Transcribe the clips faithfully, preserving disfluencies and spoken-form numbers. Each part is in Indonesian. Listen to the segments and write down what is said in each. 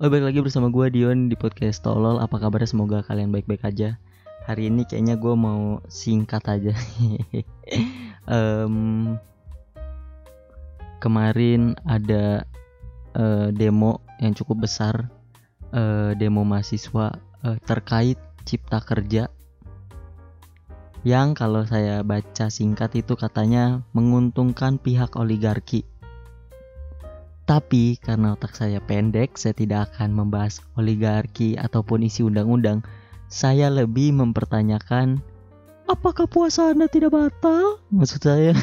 Oh, balik lagi bersama gue Dion di podcast Tolol. Apa kabarnya? Semoga kalian baik-baik aja. Hari ini kayaknya gue mau singkat aja. um, Kemarin ada uh, demo yang cukup besar, uh, demo mahasiswa uh, terkait cipta kerja, yang kalau saya baca singkat itu katanya menguntungkan pihak oligarki. Tapi karena otak saya pendek, saya tidak akan membahas oligarki ataupun isi undang-undang. Saya lebih mempertanyakan, apakah puasa Anda tidak batal? Maksud saya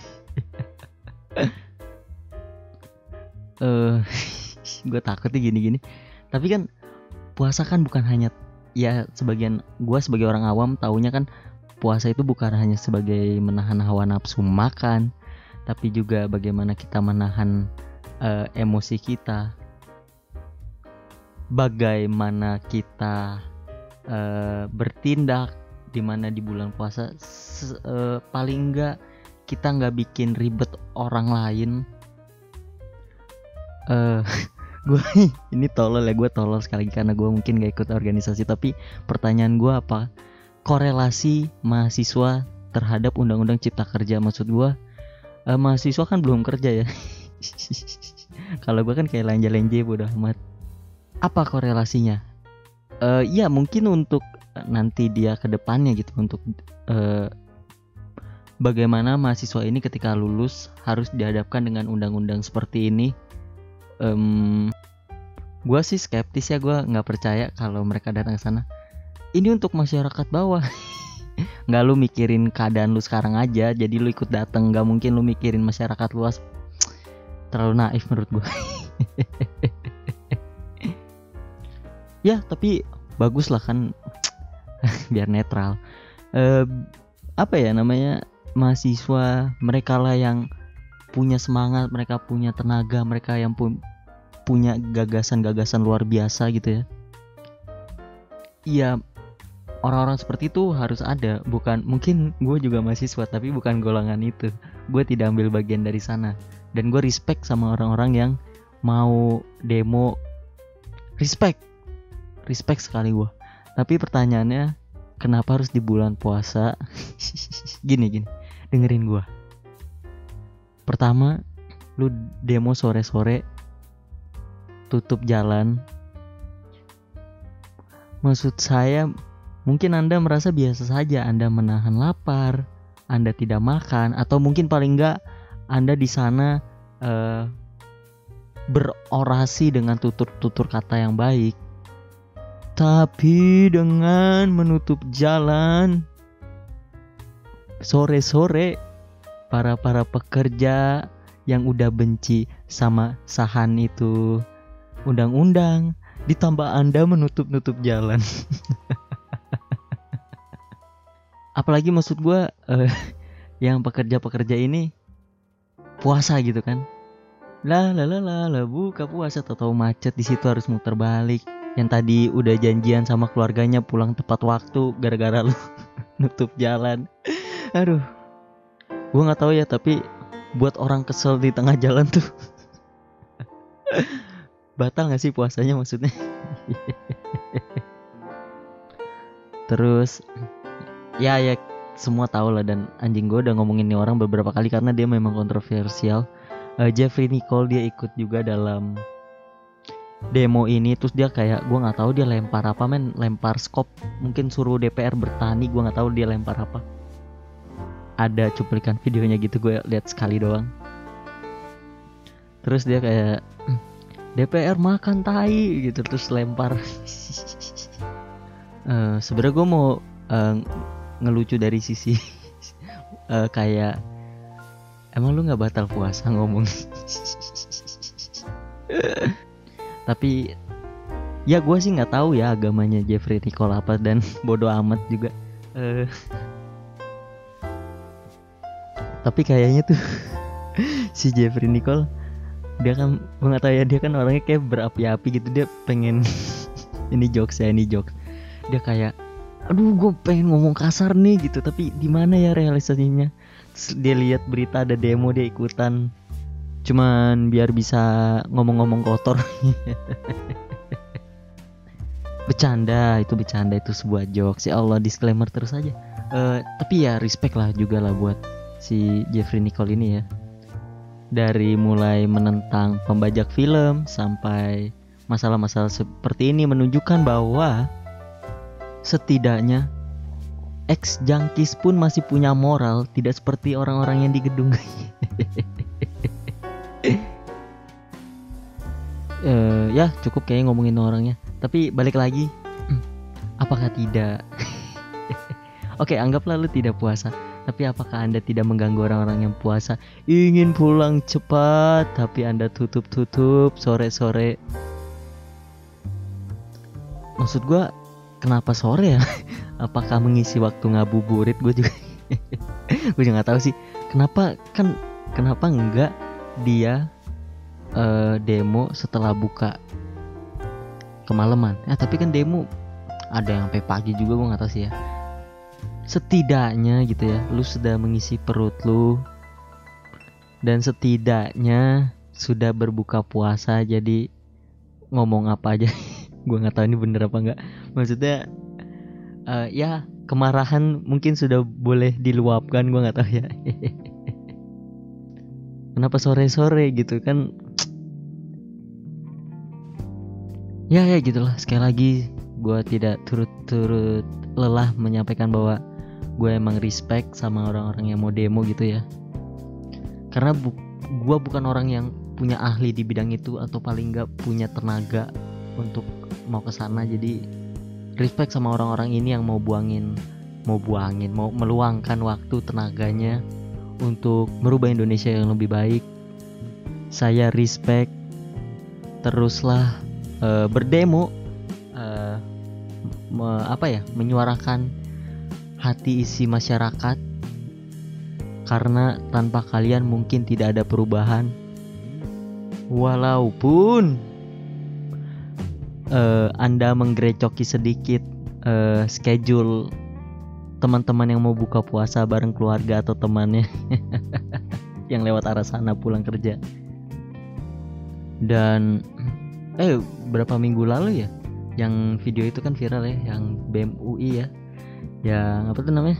uh, gue takutnya gini-gini. Tapi kan puasa kan bukan hanya, ya sebagian gue sebagai orang awam taunya kan puasa itu bukan hanya sebagai menahan hawa nafsu makan, tapi juga bagaimana kita menahan Uh, emosi kita, bagaimana kita uh, bertindak dimana di bulan puasa s- uh, paling enggak kita nggak bikin ribet orang lain. uh, gue ini tolol ya, gue tolol sekali karena gue mungkin gak ikut organisasi. Tapi pertanyaan gue, apa korelasi mahasiswa terhadap undang-undang cipta kerja? Maksud gue, uh, mahasiswa kan belum kerja ya. Kalau gue kan kayak lenje-lenje bodoh amat. Apa korelasinya? Uh, ya mungkin untuk nanti dia ke depannya gitu, untuk uh, bagaimana mahasiswa ini ketika lulus harus dihadapkan dengan undang-undang seperti ini. Um, gue sih skeptis ya, gue nggak percaya kalau mereka datang ke sana. Ini untuk masyarakat bawah. Nggak lu mikirin keadaan lu sekarang aja, jadi lu ikut datang. Nggak mungkin lu mikirin masyarakat luas. Terlalu naif menurut gue. Ya tapi bagus lah kan, biar netral. E, apa ya namanya, mahasiswa mereka lah yang punya semangat, mereka punya tenaga, mereka yang pu- punya gagasan-gagasan luar biasa gitu ya. Iya, orang-orang seperti itu harus ada. Bukan, mungkin gue juga mahasiswa tapi bukan golongan itu. Gue tidak ambil bagian dari sana. Dan gue respect sama orang-orang yang mau demo. Respect. Respect sekali gue. Tapi pertanyaannya, kenapa harus di bulan puasa? Gini, gini. Dengerin gue. Pertama, lu demo sore-sore, tutup jalan. Maksud saya, mungkin Anda merasa biasa saja. Anda menahan lapar, Anda tidak makan, atau mungkin paling enggak Anda di sana uh, berorasi dengan tutur-tutur kata yang baik. Tapi dengan menutup jalan sore-sore, para-para pekerja yang udah benci sama sahan itu undang-undang, ditambah Anda menutup-nutup jalan. Apalagi maksud gue uh, yang pekerja-pekerja ini puasa gitu kan, lah lah lah lah lah buka puasa, tahu-tahu macet di situ harus muter balik. Yang tadi udah janjian sama keluarganya pulang tepat waktu, gara-gara lu nutup jalan. Aduh, gue nggak tahu ya, tapi buat orang kesel di tengah jalan tuh batal nggak sih puasanya maksudnya? Terus ya ya semua tahu lah, dan anjing gue udah ngomongin nih orang beberapa kali karena dia memang kontroversial. uh, Jeffrey Nicole, dia ikut juga dalam demo ini. Terus dia kayak, gue nggak tahu dia lempar apa men, lempar skop, mungkin suruh D P R bertani, gue nggak tahu dia lempar apa. Ada cuplikan videonya gitu, gue lihat sekali doang. Terus dia kayak, D P R makan tai gitu, terus lempar. uh, Sebenarnya gue mau uh, ngelucu dari sisi uh, kayak, emang lu nggak batal puasa ngomong? Tapi ya gue sih nggak tahu ya agamanya Jeffrey Nicole apa, dan bodo amat juga. Uh, tapi kayaknya tuh si Jeffrey Nicole, dia kan, gue nggak tahu ya, dia kan orangnya kayak berapi-api gitu. Dia pengen ini jokes ya, ini jokes. Dia kayak, aduh gue pengen ngomong kasar nih gitu, tapi di mana ya realisasinya? Terus dia lihat berita ada demo, dia ikutan, cuman biar bisa ngomong-ngomong kotor. Bercanda, itu bercanda, itu sebuah jokes. Ya Allah, disclaimer terus aja. Uh, tapi ya respect lah juga lah buat si Jeffrey Nicole ini ya. Dari mulai menentang pembajak film sampai masalah-masalah seperti ini menunjukkan bahwa setidaknya ex-junkies pun masih punya moral, tidak seperti orang-orang yang di gedung. uh, ya cukup kayaknya ngomongin orangnya. Tapi balik lagi, apakah tidak? Oke, anggaplah lu tidak puasa. Tapi apakah Anda tidak mengganggu orang-orang yang puasa? Ingin pulang cepat, tapi Anda tutup-tutup sore-sore. Maksud gue, kenapa sore ya? Apakah mengisi waktu ngabuburit? Gue juga, gue juga nggak tahu sih. Kenapa kan? Kenapa enggak dia uh, demo setelah buka kemalaman? Ya tapi kan demo ada yang sampai pagi juga, gue nggak tahu sih ya. Setidaknya gitu ya, lu sudah mengisi perut lu dan setidaknya sudah berbuka puasa, jadi ngomong apa aja gue nggak tahu ini bener apa enggak. Maksudnya uh, ya kemarahan mungkin sudah boleh diluapkan, gue nggak tahu ya. Kenapa sore-sore gitu kan? Ya ya gitulah. Sekali lagi gue tidak turut-turut lelah menyampaikan bahwa gue emang respect sama orang-orang yang mau demo gitu ya. Karena bu- gue bukan orang yang punya ahli di bidang itu atau paling gak punya tenaga untuk mau kesana. Jadi respect sama orang-orang ini yang mau buangin, mau buangin, mau meluangkan waktu tenaganya untuk merubah Indonesia yang lebih baik. Saya respect. Teruslah uh, berdemo, uh, me, apa ya, menyuarakan hati isi masyarakat, karena tanpa kalian mungkin tidak ada perubahan. Walaupun uh, Anda menggerecoki sedikit uh, schedule teman-teman yang mau buka puasa bareng keluarga atau temannya yang lewat arah sana pulang kerja. Dan eh berapa minggu lalu ya yang video itu kan viral ya, yang B M U I ya, yang apa tuh namanya,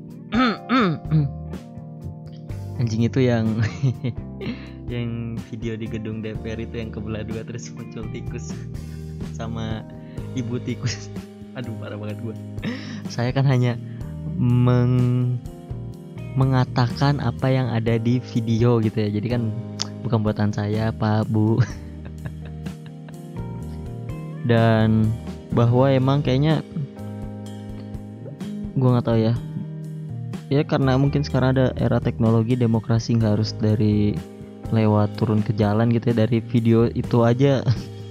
anjing itu yang yang video di gedung D P R itu yang kebelah dua terus muncul tikus sama ibu tikus. Aduh parah banget gue. Saya kan hanya meng mengatakan apa yang ada di video gitu ya, jadi kan bukan buatan saya Pak Bu. Dan bahwa emang kayaknya gue nggak tahu ya, ya karena mungkin sekarang ada era teknologi, demokrasi nggak harus dari lewat turun ke jalan gitu ya, dari video itu aja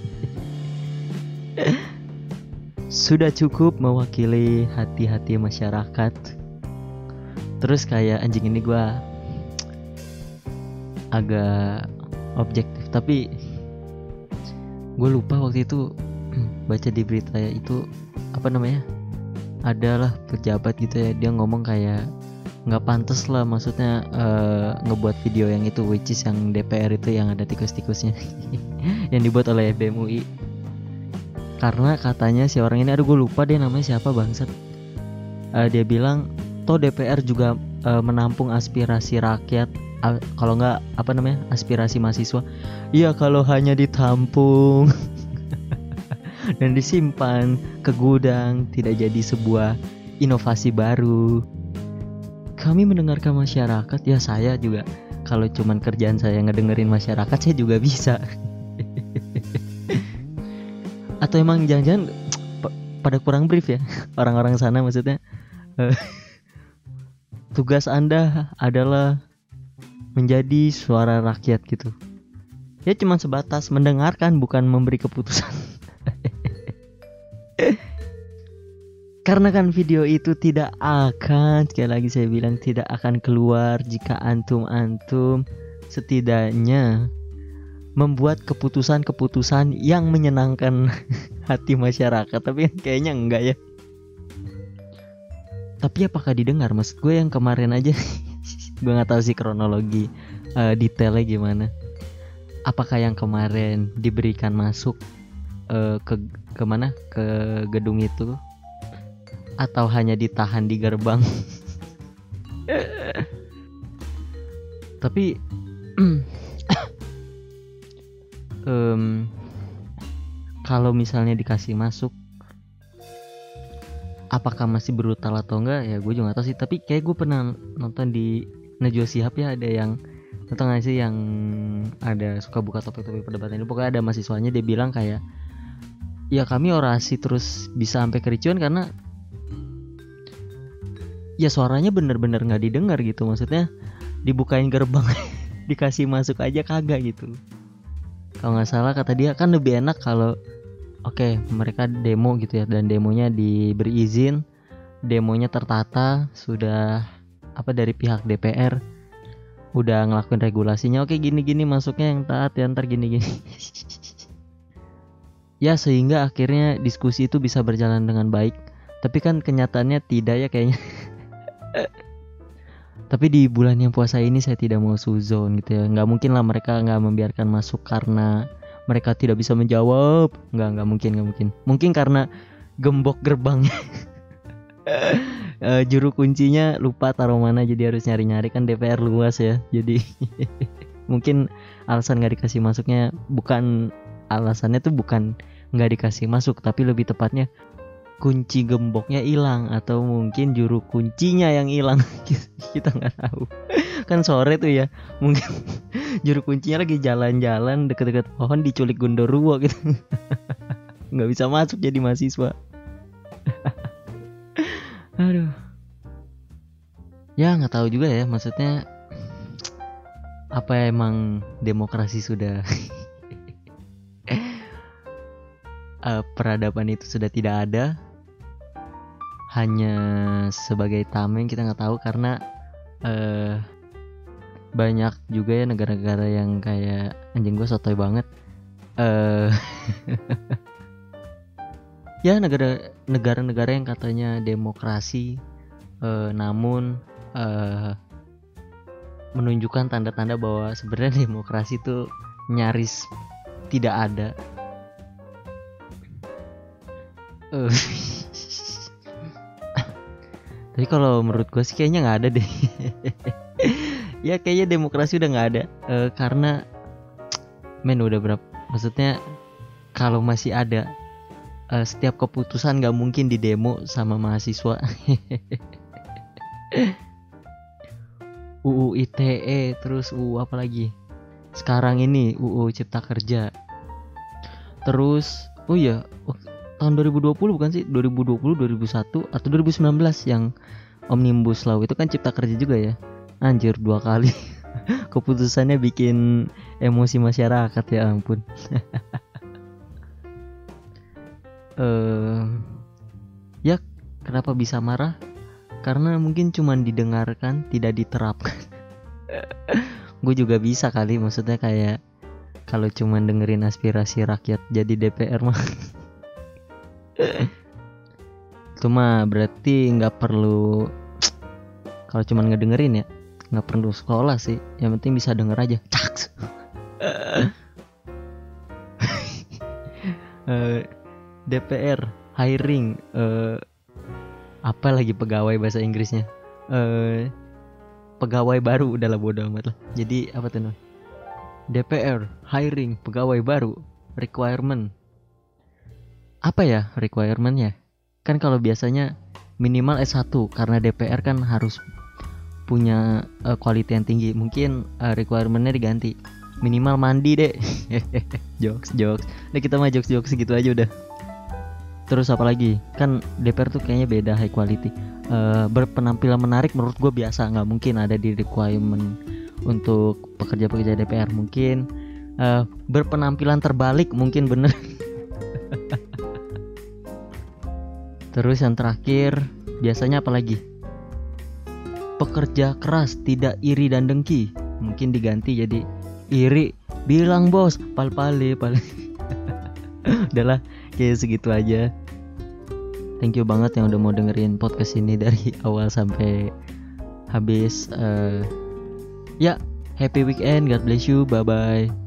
sudah cukup mewakili hati-hati masyarakat. Terus kayak anjing ini gue agak objektif, tapi gue lupa waktu itu baca di berita ya, itu apa namanya, adalah pejabat gitu ya, dia ngomong kayak nggak pantas lah, maksudnya uh, ngebuat video yang itu, which is yang D P R itu yang ada tikus-tikusnya yang dibuat oleh B M U I. Karena katanya si orang ini, aduh gue lupa dia namanya siapa bangsat, uh, dia bilang toh D P R juga uh, menampung aspirasi rakyat, uh, kalau nggak apa namanya, aspirasi mahasiswa. Iya kalau hanya ditampung dan disimpan ke gudang, tidak jadi sebuah inovasi baru. Kami mendengarkan masyarakat, ya saya juga kalau cuman kerjaan saya ngedengerin masyarakat, saya juga bisa. Atau emang jangan-jangan pada kurang brief ya orang-orang sana, maksudnya tugas Anda adalah menjadi suara rakyat gitu. Ya cuman sebatas mendengarkan, bukan memberi keputusan. Karena kan video itu tidak akan, sekali lagi saya bilang, tidak akan keluar jika antum-antum setidaknya membuat keputusan-keputusan yang menyenangkan hati masyarakat. Tapi kayaknya enggak ya. Tapi apakah didengar? Maksud gue yang kemarin aja gue gak tahu sih kronologi uh, detailnya gimana. Apakah yang kemarin diberikan masuk uh, ke kemana ke gedung itu atau hanya ditahan di gerbang. Tapi um, kalau misalnya dikasih masuk, apakah masih brutal atau enggak ya gue juga gak tahu sih. Tapi kayak gue pernah nonton di Najwa Shihab ya, ada yang nonton gak sih yang ada suka buka topik-topik perdebatan ini. Pokoknya ada mahasiswanya, dia bilang kayak ya kami orasi terus bisa sampai kericuan karena ya suaranya bener-bener gak didengar gitu. Maksudnya dibukain gerbang dikasih masuk aja kagak gitu. Kalau nggak salah kata dia kan lebih enak kalau oke okay, mereka demo gitu ya, dan demonya diberi izin, demonya tertata, sudah apa dari pihak D P R udah ngelakuin regulasinya, oke okay, gini-gini masuknya yang taat ya, ntar gini-gini. Ya sehingga akhirnya diskusi itu bisa berjalan dengan baik. Tapi kan kenyataannya tidak ya kayaknya. Tapi di bulan yang puasa ini saya tidak mau suzon gitu ya. Nggak mungkin lah mereka nggak membiarkan masuk karena mereka tidak bisa menjawab. Nggak, nggak mungkin, nggak mungkin. Mungkin karena gembok gerbangnya. uh, juru kuncinya lupa taruh mana, jadi harus nyari-nyari, kan D P R luas ya. Jadi mungkin alasan nggak dikasih masuknya bukan, alasannya tuh bukan nggak dikasih masuk, tapi lebih tepatnya kunci gemboknya hilang atau mungkin juru kuncinya yang hilang. Kita nggak tahu. Kan sore tuh ya, mungkin juru kuncinya lagi jalan-jalan deket-deket pohon diculik gondoruo gitu. Nggak bisa masuk jadi mahasiswa. Aduh. Ya nggak tahu juga ya, maksudnya apa emang demokrasi sudah uh, peradaban itu sudah tidak ada, hanya sebagai tameng, kita nggak tahu. Karena uh, banyak juga ya negara-negara yang kayak anjing, gue sotoy banget. Uh, ya negara negara-negara yang katanya demokrasi, uh, namun uh, menunjukkan tanda-tanda bahwa sebenarnya demokrasi itu nyaris tidak ada. Uh, Tapi kalau menurut gue sih kayaknya nggak ada deh. Ya kayaknya demokrasi udah nggak ada, e, karena men udah berapa, maksudnya kalau masih ada e, setiap keputusan nggak mungkin didemo sama mahasiswa. U U I T E, terus U U apa lagi sekarang ini, U U Cipta Kerja, terus oh iya oh, tahun dua ribu dua puluh bukan sih, dua ribu dua puluh, dua ribu satu atau dua ribu sembilan belas yang Omnibus Law itu kan Cipta Kerja juga ya. Anjir, dua kali keputusannya bikin emosi masyarakat, ya ampun. uh, ya kenapa bisa marah? Karena mungkin cuman didengarkan, tidak diterapkan. Gue juga bisa kali, maksudnya kayak kalau cuman dengerin aspirasi rakyat jadi D P R mah. Itu mah berarti nggak perlu, kalau cuman ngedengerin ya nggak perlu sekolah sih, yang penting bisa denger aja. Caks. uh, D P R hiring uh, apa lagi pegawai bahasa Inggrisnya, uh, pegawai baru, udahlah bodo amat lah. Jadi apa tuh namanya, D P R hiring pegawai baru, requirement apa ya requirementnya? Kan kalau biasanya minimal S satu, karena D P R kan harus punya uh, quality yang tinggi. Mungkin uh, requirementnya diganti, minimal mandi deh. jokes jokes udah, kita mah jokes jokes segitu aja udah. Terus apa lagi, kan D P R tuh kayaknya beda high quality, uh, berpenampilan menarik menurut gue biasa, nggak mungkin ada di requirement untuk pekerja-pekerja D P R. Mungkin uh, berpenampilan terbalik, mungkin bener. Terus yang terakhir biasanya apa lagi, pekerja keras, tidak iri dan dengki, mungkin diganti jadi iri, bilang bos, pal pale pal. Udahlah, kayak segitu aja. Thank you banget yang udah mau dengerin podcast ini dari awal sampai habis. uh, Ya, happy weekend, God bless you, bye bye.